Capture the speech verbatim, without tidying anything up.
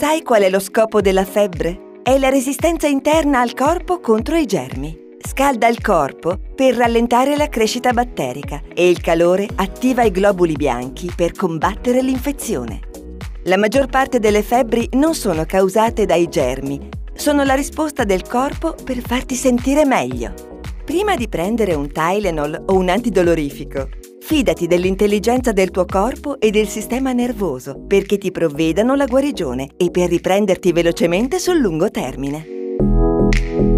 Sai qual è lo scopo della febbre? È la resistenza interna al corpo contro i germi. Scalda il corpo per rallentare la crescita batterica e il calore attiva i globuli bianchi per combattere l'infezione. La maggior parte delle febbri non sono causate dai germi, sono la risposta del corpo per farti sentire meglio. Prima di prendere un Tylenol o un antidolorifico, fidati dell'intelligenza del tuo corpo e del sistema nervoso perché ti provvedano la guarigione e per riprenderti velocemente sul lungo termine.